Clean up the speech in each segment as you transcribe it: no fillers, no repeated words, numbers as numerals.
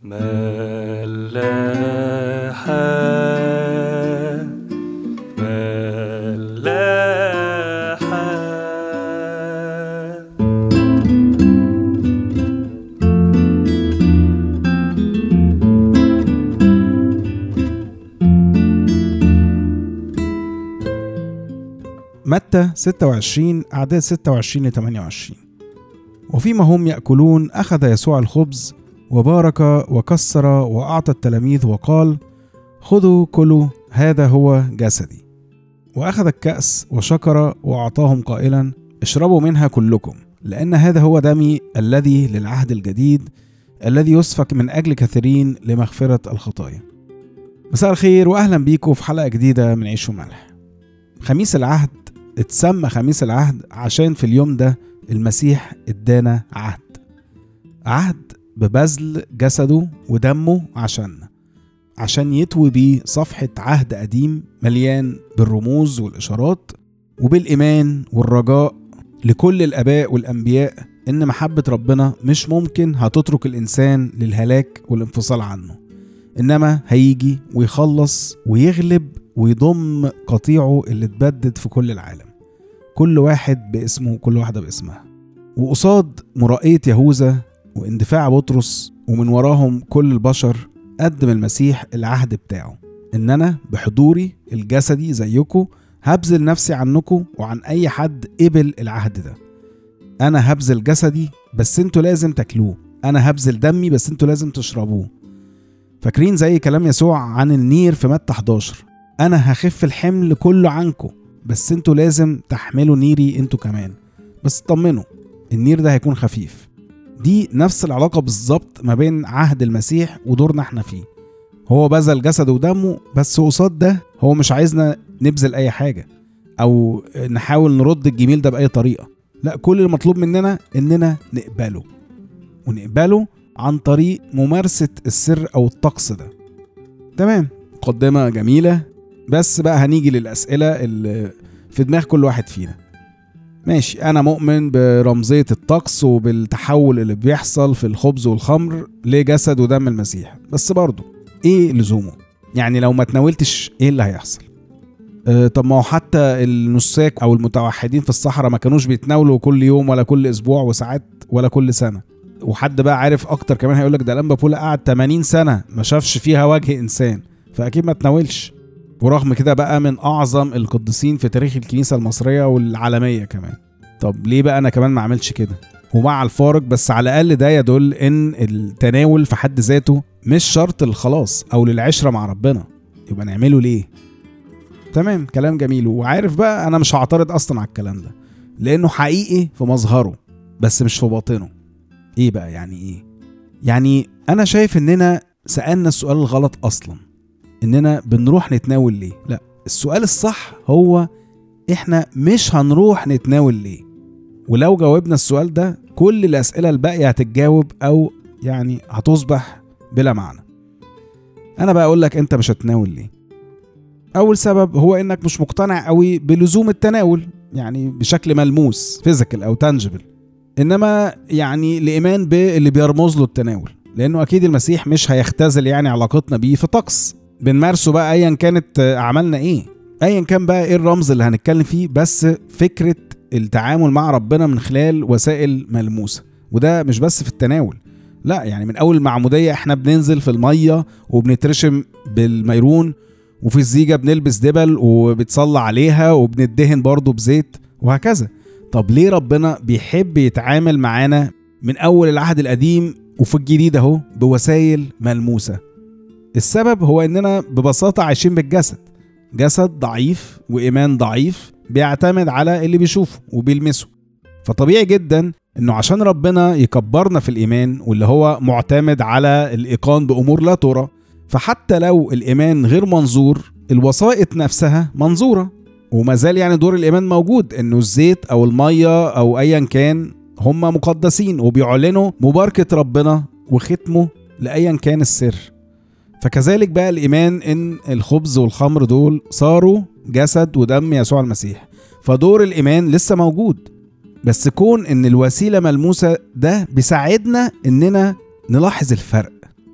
متى 26 أعداد 26-28. وفيما هم يأكلون أخذ يسوع الخبز وبارك وكسر وأعطى التلاميذ وقال: خذوا كلوا، هذا هو جسدي. وأخذ الكأس وشكر وأعطاهم قائلا: اشربوا منها كلكم، لأن هذا هو دمي الذي للعهد الجديد الذي يسفك من أجل كثيرين لمغفرة الخطايا. مساء الخير وأهلا بيكم في حلقة جديدة من عيش وملح. خميس العهد اتسمى خميس العهد عشان في اليوم ده المسيح ادانا عهد ببذل جسده ودمه عشان يتوي بيه صفحة عهد قديم مليان بالرموز والإشارات وبالإيمان والرجاء لكل الآباء والأنبياء إن محبة ربنا مش ممكن هتترك الإنسان للهلاك والانفصال عنه، إنما هيجي ويخلص ويغلب ويضم قطيعه اللي اتبدد في كل العالم، كل واحد باسمه كل واحدة باسمها. وقصاد مرائية يهوذا واندفاع بطرس ومن وراهم كل البشر قدم المسيح العهد بتاعه، إن أنا بحضوري الجسدي زيكم هبذل نفسي عنكم وعن أي حد قبل العهد ده. أنا هبذل جسدي بس انتوا لازم تاكلوه، أنا هبذل دمي بس انتوا لازم تشربوه. فاكرين زي كلام يسوع عن النير في متى 11: أنا هخف الحمل كله عنكم بس انتوا لازم تحملوا نيري انتوا كمان، بس طمنوا النير ده هيكون خفيف. دي نفس العلاقة بالظبط ما بين عهد المسيح ودورنا احنا فيه. هو بذل جسده ودمه، بس قصاد ده هو مش عايزنا نبذل اي حاجة او نحاول نرد الجميل ده بأي طريقة. لا، كل المطلوب مننا اننا نقبله، ونقبله عن طريق ممارسة السر او الطقس ده. تمام، مقدمة جميلة، بس بقى هنيجي للأسئلة اللي في دماغ كل واحد فينا. ماشي، أنا مؤمن برمزية الطقس وبالتحول اللي بيحصل في الخبز والخمر لجسد ودم المسيح، بس برضو إيه لزومه؟ يعني لو ما تناولتش إيه اللي هيحصل؟ طب ما هو حتى النساك أو المتوحدين في الصحراء ما كانوش بيتناولوا كل يوم ولا كل أسبوع وساعات ولا كل سنة. وحد بقى عارف أكتر كمان هيقولك ده الأنبا بولا قعد 80 سنة ما شافش فيها وجه إنسان، فأكيد ما تناولش. ورغم كده بقى من أعظم القديسين في تاريخ الكنيسة المصرية والعالمية كمان. طب ليه بقى أنا كمان ما عملش كده؟ ومع الفارق بس على الأقل ده يدل إن التناول في حد ذاته مش شرط الخلاص أو للعشرة مع ربنا، يبقى نعمله ليه؟ تمام، كلام جميل. وعارف بقى أنا مش هعترض أصلا على الكلام ده، لأنه حقيقي في مظهره بس مش في باطنه. إيه بقى يعني إيه؟ يعني أنا شايف إننا سألنا السؤال الغلط أصلا، إننا بنروح نتناول ليه؟ لا، السؤال الصح هو إحنا مش هنروح نتناول ليه؟ ولو جاوبنا السؤال ده كل الأسئلة الباقية هتتجاوب أو يعني هتصبح بلا معنى. أنا بقى أقول لك أنت مش هتناول ليه. أول سبب هو إنك مش مقتنع قوي بلزوم التناول، يعني بشكل ملموس فيزيكال أو تانجبل، إنما يعني الإيمان باللي بيرمز له التناول، لأنه أكيد المسيح مش هيختزل يعني علاقتنا بيه في طقس بنمارسه بقى أيا كانت أعمالنا إيه، أيا كان بقى إيه الرمز اللي هنتكلم فيه، بس فكرة التعامل مع ربنا من خلال وسائل ملموسة. وده مش بس في التناول، لا، يعني من أول المعمودية إحنا بننزل في المية وبنترشم بالميرون، وفي الزيجة بنلبس دبل وبتصلى عليها وبندهن برضو بزيت وهكذا. طب ليه ربنا بيحب يتعامل معانا من أول العهد القديم وفي الجديد اهو بوسائل ملموسة؟ السبب هو إننا ببساطة عايشين بالجسد، جسد ضعيف وإيمان ضعيف بيعتمد على اللي بيشوفه وبيلمسه. فطبيعي جدا إنه عشان ربنا يكبرنا في الإيمان واللي هو معتمد على الإيقان بأمور لا ترى، فحتى لو الإيمان غير منظور الوسائط نفسها منظورة، وما زال يعني دور الإيمان موجود، إنه الزيت أو المية أو أيا كان هم مقدسين وبيعلنوا مباركة ربنا وختمه لأيا كان السر. فكذلك بقى الإيمان إن الخبز والخمر دول صاروا جسد ودم يسوع المسيح، فدور الإيمان لسه موجود، بس كون إن الوسيلة ملموسة ده بيساعدنا إننا نلاحظ الفرق.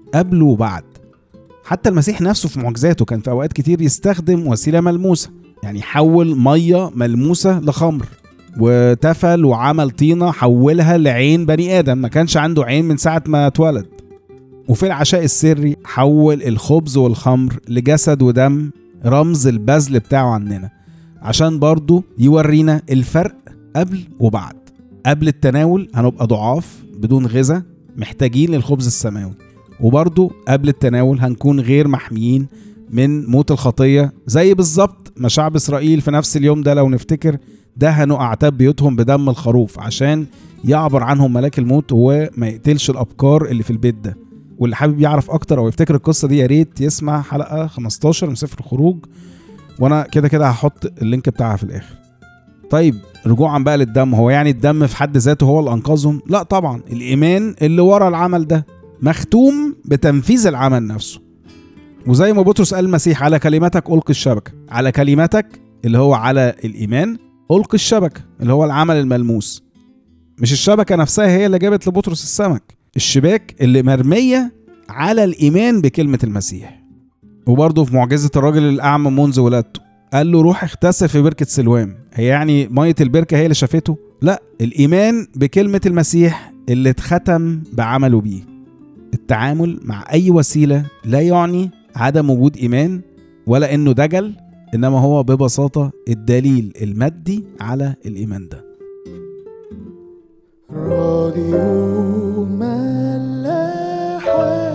قبل وبعد. حتى المسيح نفسه في معجزاته كان في أوقات كتير يستخدم وسيلة ملموسة، يعني حول مية ملموسة لخمر، وتفل وعمل طينة حولها لعين بني آدم ما كانش عنده عين من ساعة ما اتولد. وفي العشاء السري حول الخبز والخمر لجسد ودم، رمز البذل بتاعه عننا، عشان برضو يورينا الفرق قبل وبعد. قبل التناول هنبقى ضعاف بدون غذاء محتاجين للخبز السماوي، وبرضو قبل التناول هنكون غير محميين من موت الخطية، زي بالظبط ما شعب إسرائيل في نفس اليوم ده لو نفتكر دهنوا أعتاب بيوتهم بدم الخروف عشان يعبر عنهم ملاك الموت وما يقتلش الأبكار اللي في البيت ده. واللي حابب يعرف أكتر أو يفتكر القصة دي يا ريت يسمع حلقة 15 من سفر الخروج، وأنا كده هحط اللينك بتاعها في الآخر. طيب رجوعا بقى للدم، هو يعني الدم في حد ذاته هو اللي أنقذهم؟ لا طبعا، الإيمان اللي ورا العمل ده مختوم بتنفيذ العمل نفسه. وزي ما بطرس قال المسيح على كلمتك ألقي الشبكة، على كلمتك اللي هو على الإيمان ألقي الشبكة اللي هو العمل الملموس. مش الشبكة نفسها هي اللي جابت لبطرس السمك، الشباك اللي مرمية على الإيمان بكلمة المسيح. وبرضه في معجزة الراجل الأعمى منذ ولادته قال له روح اغتسل في بركة سلوام، هي يعني مية البركة هي اللي شافته؟ لا، الإيمان بكلمة المسيح اللي اتختم بعمله بيه. التعامل مع أي وسيلة لا يعني عدم وجود إيمان ولا إنه دجل، إنما هو ببساطة الدليل المادي على الإيمان ده. راديو ملاحة.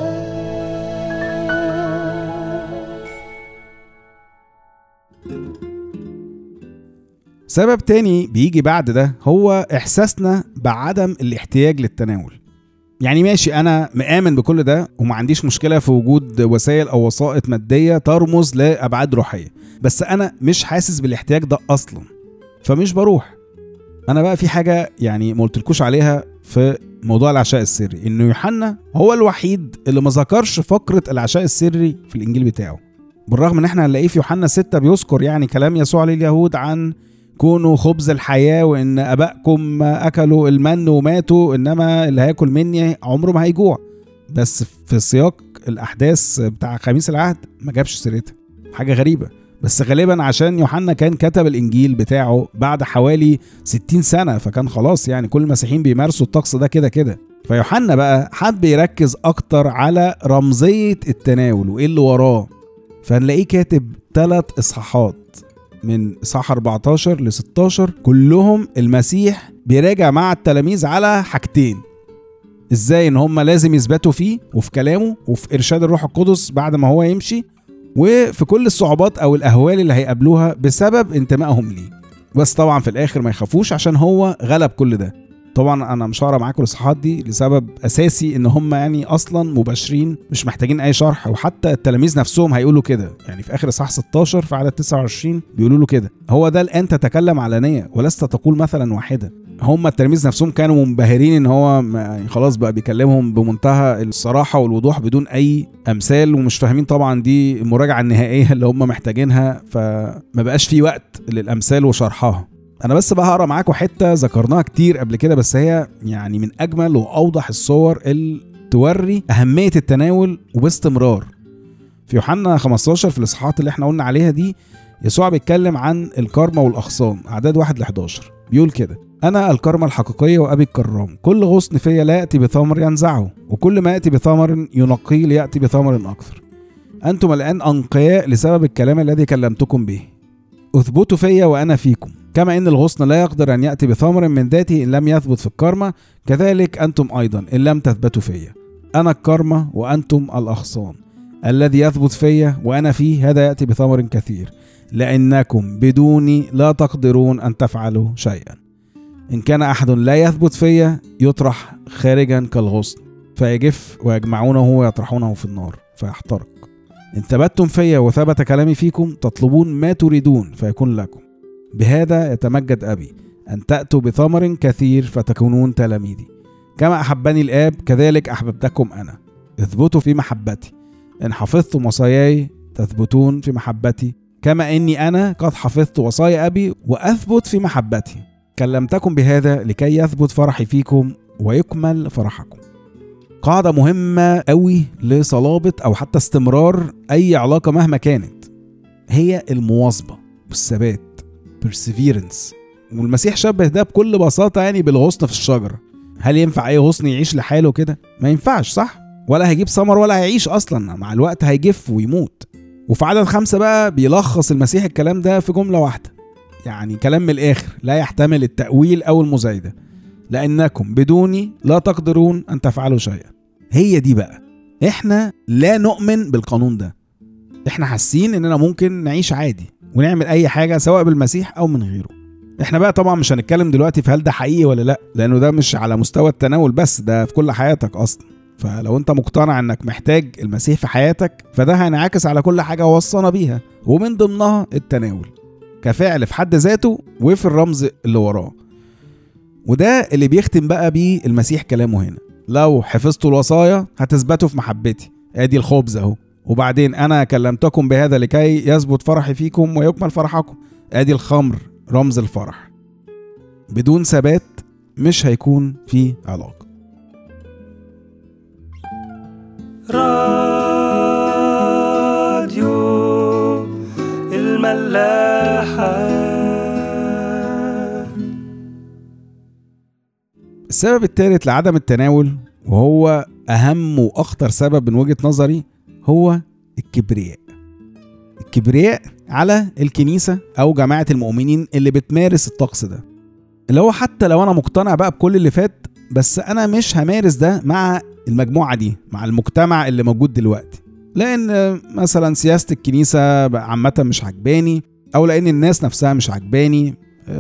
سبب تاني بيجي بعد ده هو إحساسنا بعدم الاحتياج للتناول. يعني ماشي أنا مآمن بكل ده وما عنديش مشكلة في وجود وسائل أو وسائط مادية ترمز لأبعاد روحية، بس أنا مش حاسس بالاحتياج ده أصلا فمش بروح. أنا بقى في حاجة يعني ما قلتلكوش عليها في موضوع العشاء السري، إنه يوحنا هو الوحيد اللي ما ذكرش فقرة العشاء السري في الإنجيل بتاعه، بالرغم إن احنا هنلاقيه في يوحنا 6 بيذكر يعني كلام يسوع لليهود عن كونوا خبز الحياة، وإن أبائكم أكلوا المن وماتوا، إنما اللي هياكل مني عمره ما هيجوع. بس في سياق الأحداث بتاع خميس العهد ما جابش سيرتها، حاجة غريبة. بس غالبا عشان يوحنا كان كتب الإنجيل بتاعه بعد حوالي 60 سنة، فكان خلاص يعني كل المسيحيين بيمارسوا الطقس ده كده. فيوحنا بقى حب يركز أكتر على رمزية التناول وإيه اللي وراه، فنلاقيه كاتب 3 إصحاحات من إصحاح 14 ل 16 كلهم المسيح بيراجع مع التلاميذ على حاجتين: إزاي إن هم لازم يثبتوا فيه وفي كلامه وفي إرشاد الروح القدس بعد ما هو يمشي، وفي كل الصعوبات أو الأهوال اللي هيقابلوها بسبب انتمائهم ليه. بس طبعا في الآخر ما يخافوش عشان هو غلب كل ده. طبعا أنا مش هقرا معاكم الإصحاحات دي لسبب أساسي، إن هم يعني أصلا مباشرين مش محتاجين أي شرح، وحتى التلاميذ نفسهم هيقولوا كده. يعني في آخر إصحاح 16 في عدد 29 بيقولوا له كده: هو ده الآن تتكلم علانية ولست تقول مثلا واحدة. هم التلاميذ نفسهم كانوا منبهرين إن هو خلاص بقى بيكلمهم بمنتهى الصراحة والوضوح بدون أي أمثال، ومش فاهمين طبعا دي المراجعة النهائية اللي هم محتاجينها، فما بقاش في وقت للأمثال وشرحها. أنا بس بقى هقرأ معاكم حتة ذكرناها كتير قبل كده، بس هي يعني من أجمل وأوضح الصور اللي توري أهمية التناول وباستمرار. في يوحنا 15 في الإصحاحات اللي احنا قلنا عليها دي يسوع بيتكلم عن الكرمة والأغصان، أعداد 1 ل 11. بيقول كده: أنا الكرمة الحقيقية وأبي الكرام، كل غصن فيا لا يأتي بثمر ينزعه، وكل ما يأتي بثمر ينقيه ليأتي بثمر أكثر. أنتم الآن أنقياء لسبب الكلام الذي كلمتكم به. اثبتوا فيا وأنا فيكم، كما إن الغصن لا يقدر أن يأتي بثمر من ذاته إن لم يثبت في الكرمة، كذلك أنتم أيضا إن لم تثبتوا فيا. أنا الكرمة وأنتم الأغصان، الذي يثبت فيا وأنا فيه هذا يأتي بثمر كثير، لأنكم بدوني لا تقدرون أن تفعلوا شيئا. إن كان أحد لا يثبت فيا يطرح خارجا كالغصن فيجف، ويجمعونه ويطرحونه في النار فيحترق. إن ثبتتم فيا وثبت كلامي فيكم تطلبون ما تريدون فيكون لكم. بهذا يتمجد أبي، أن تأتوا بثمر كثير فتكونون تلاميذي. كما أحبني الآب كذلك أحببتكم أنا، اثبتوا في محبتي. إن حفظتم وصاياي تثبتون في محبتي، كما إني أنا قد حفظت وصايا أبي وأثبت في محبتي. كلمتكم بهذا لكي يثبت فرحي فيكم ويكمل فرحكم. قاعدة مهمة قوي لصلابة أو حتى استمرار أي علاقة مهما كانت، هي المواظبة والثبات، perseverance. والمسيح شبه ده بكل بساطة يعني بالغصن في الشجرة. هل ينفع أي غصن يعيش لحاله كده؟ ما ينفعش، صح؟ ولا هيجيب ثمر ولا هيعيش أصلا، مع الوقت هيجف ويموت. وفي عدد 5 بقى بيلخص المسيح الكلام ده في جملة واحدة، يعني كلام من الآخر لا يحتمل التأويل أو المزايدة: لأنكم بدوني لا تقدرون أن تفعلوا شيئا. هي دي بقى، إحنا لا نؤمن بالقانون ده. إحنا حاسين إننا ممكن نعيش عادي ونعمل أي حاجة سواء بالمسيح أو من غيره. إحنا بقى طبعا مش هنتكلم دلوقتي في هل ده حقيقي ولا لأ، لأنه ده مش على مستوى التناول بس، ده في كل حياتك أصلا. فلو أنت مقتنع إنك محتاج المسيح في حياتك، فده هينعكس على كل حاجة وصانا بيها، ومن ضمنها التناول كفعل في حد ذاته وفي الرمز اللي وراه. وده اللي بيختم بقى بيه المسيح كلامه هنا: لو حفظتوا الوصايا هتثبتوا في محبتي. ادي الخبز اهو. وبعدين انا كلمتكم بهذا لكي يثبت فرحي فيكم ويكمل فرحكم. ادي الخمر رمز الفرح. بدون ثبات مش هيكون في علاقة. راديو الملاحة. السبب الثالث لعدم التناول، وهو أهم وأخطر سبب من وجهة نظري، هو الكبرياء. الكبرياء على الكنيسة أو جماعة المؤمنين اللي بتمارس الطقس ده، اللي هو حتى لو أنا مقتنع بقى بكل اللي فات، بس أنا مش همارس ده مع المجموعة دي، مع المجتمع اللي موجود دلوقتي، لأن مثلا سياسة الكنيسة عامة مش عجباني، أو لأن الناس نفسها مش عجباني،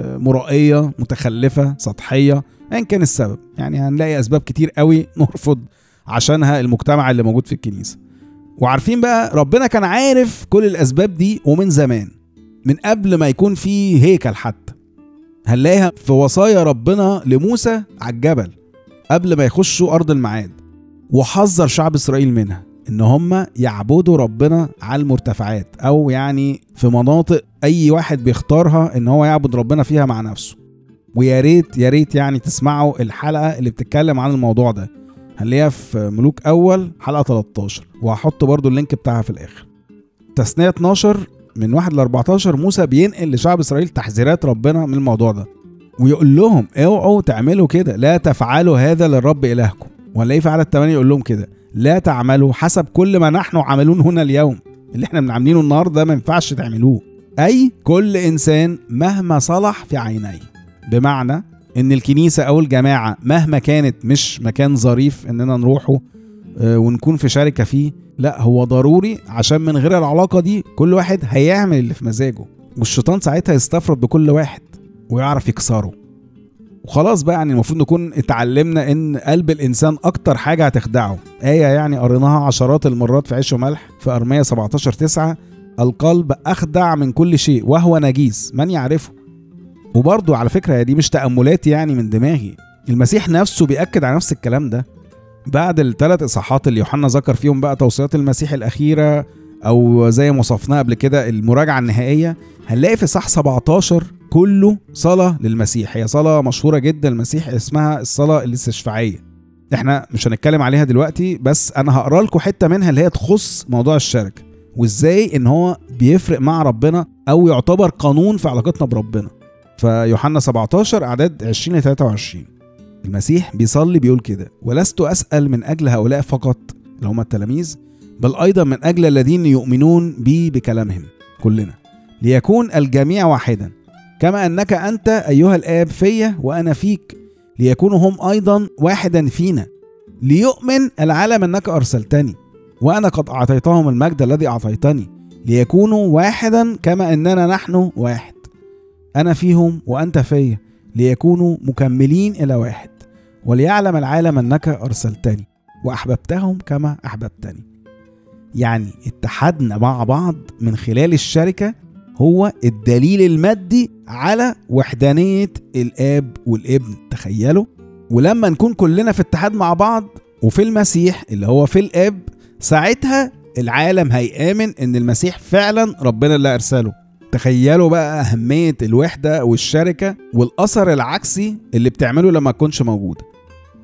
مرائية، متخلفة، سطحية، أين كان السبب. يعني هنلاقي أسباب كتير قوي نرفض عشانها المجتمع اللي موجود في الكنيسة. وعارفين بقى ربنا كان عارف كل الأسباب دي ومن زمان، من قبل ما يكون في هيكل حتى. هنلاقيها في وصايا ربنا لموسى على الجبل قبل ما يخشوا أرض الميعاد، وحذر شعب إسرائيل منها إن هم يعبدوا ربنا على المرتفعات، أو يعني في مناطق أي واحد بيختارها إن هو يعبد ربنا فيها مع نفسه. ويا ريت يعني تسمعوا الحلقة اللي بتتكلم عن الموضوع ده، هنلاقيها في ملوك أول حلقة 13، وهحط برضو اللينك بتاعها في الآخر. تثنية 12 من 1-14 موسى بينقل لشعب إسرائيل تحذيرات ربنا من الموضوع ده، ويقول لهم اوعوا تعملوا كده، لا تفعلوا هذا للرب إلهكم. ولا في عدد 8 يقول لهم كده: لا تعملوا حسب كل ما نحن عاملون هنا اليوم. اللي احنا بنعملينه النهارده ما ينفعش تعملوه، أي كل إنسان مهما صلح في عينيه. بمعنى ان الكنيسة او الجماعة مهما كانت مش مكان ظريف اننا نروحه ونكون في شركة فيه، لا هو ضروري، عشان من غير العلاقة دي كل واحد هيعمل اللي في مزاجه، والشيطان ساعتها يستفرد بكل واحد ويعرف يكسره. وخلاص بقى، يعني المفروض نكون اتعلمنا ان قلب الانسان اكتر حاجة هتخدعه. آية يعني قريناها عشرات المرات في عيش وملح في أرمية 17:9: القلب اخدع من كل شيء وهو نجيس من يعرفه. وبرضو على فكرة دي مش تأملات يعني من دماغي، المسيح نفسه بيأكد على نفس الكلام ده بعد ال3 إصحاحات اللي يوحنا ذكر فيهم بقى توصيات المسيح الأخيرة، أو زي ما وصفناها قبل كده المراجعة النهائية. هنلاقي في إصحاح 17 كله صلاة للمسيح، هي صلاة مشهورة جدا المسيح، اسمها الصلاة الاستشفاعية. احنا مش هنتكلم عليها دلوقتي، بس أنا هقرأ لكم حتة منها اللي هي تخص موضوع الشركة، وإزاي إن هو بيفرق مع ربنا أو يعتبر قانون في علاقتنا بربنا. فيوحنا 17 أعداد 20-23 المسيح بيصلي بيقول كده: ولست أسأل من أجل هؤلاء فقط اللي هم التلاميذ، بل أيضا من أجل الذين يؤمنون بي بكلامهم كلنا، ليكون الجميع واحدا كما أنك أنت أيها الآب فيا وأنا فيك، ليكونوا هم أيضا واحدا فينا، ليؤمن العالم أنك أرسلتني وأنا قد أعطيتهم المجد الذي أعطيتني، ليكونوا واحدا كما أننا نحن واحد، أنا فيهم وأنت فيا، ليكونوا مكملين إلى واحد، وليعلم العالم أنك أرسلتني وأحببتهم كما أحببتني. يعني اتحادنا مع بعض من خلال الشركة هو الدليل المادي على وحدانية الآب والابن. تخيلوا، ولما نكون كلنا في اتحاد مع بعض وفي المسيح اللي هو في الآب، ساعتها العالم هيآمن إن المسيح فعلا ربنا اللي أرسله. تخيلوا بقى أهمية الوحدة والشركة والأثر العكسي اللي بتعمله لما تكونش موجودة.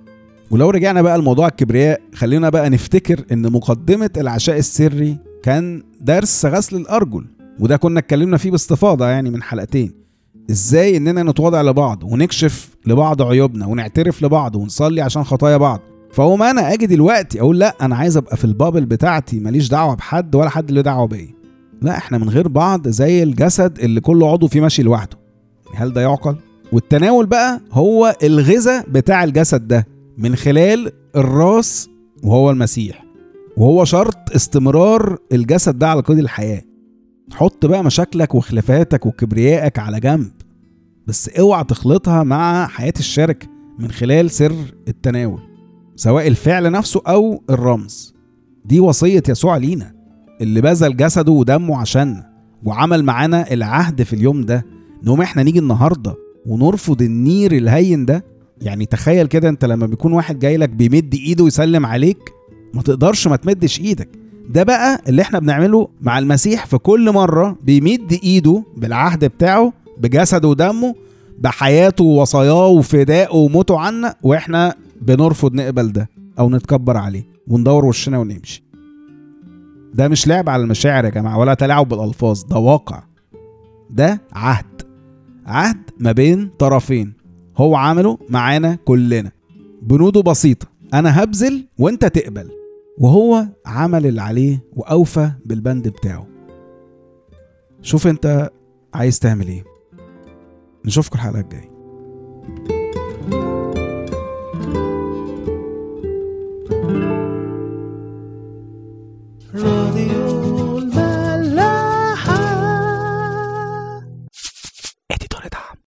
ولو رجعنا بقى لموضوع الكبرياء، خلينا بقى نفتكر ان مقدمة العشاء السري كان درس غسل الأرجل، وده كنا اتكلمنا فيه باستفاضة يعني من حلقتين. ازاي اننا نتواضع لبعض ونكشف لبعض عيوبنا ونعترف لبعض ونصلي عشان خطايا بعض. فهو انا اجي دلوقتي اقول لا انا عايز ابقى في البابل بتاعتي، ماليش دعوة بحد ولا حد له دعوة بيا. لا، احنا من غير بعض زي الجسد اللي كل عضو فيه ماشي لوحده. هل ده يعقل؟ والتناول بقى هو الغذاء بتاع الجسد ده من خلال الراس وهو المسيح، وهو شرط استمرار الجسد ده على قيد الحياة. حط بقى مشاكلك وخلافاتك وكبريائك على جنب، بس اوعى تخلطها مع حياة الشركة من خلال سر التناول، سواء الفعل نفسه أو الرمز. دي وصية يسوع لينا اللي بذل جسده ودمه عشاننا وعمل معانا العهد في اليوم ده، نقوم احنا نيجي النهاردة ونرفض النير الهين ده؟ يعني تخيل كده انت لما بيكون واحد جاي لك بيمد ايده ويسلم عليك، ما تقدرش ما تمدش ايدك. ده بقى اللي احنا بنعمله مع المسيح في كل مرة بيمد ايده بالعهد بتاعه بجسده ودمه بحياته ووصاياه وفدائه وموته عنا، واحنا بنرفض نقبل ده او نتكبر عليه وندور وشنا ونمشي. ده مش لعب على المشاعر يا جماعة ولا تلاعب بالألفاظ، ده واقع. ده عهد ما بين طرفين هو عمله معانا كلنا. بنوده بسيطة، أنا هبذل وانت تقبل، وهو عمل اللي عليه وأوفى بالبند بتاعه. شوف انت عايز تعمل ايه. نشوفكم الحلقة الجاية.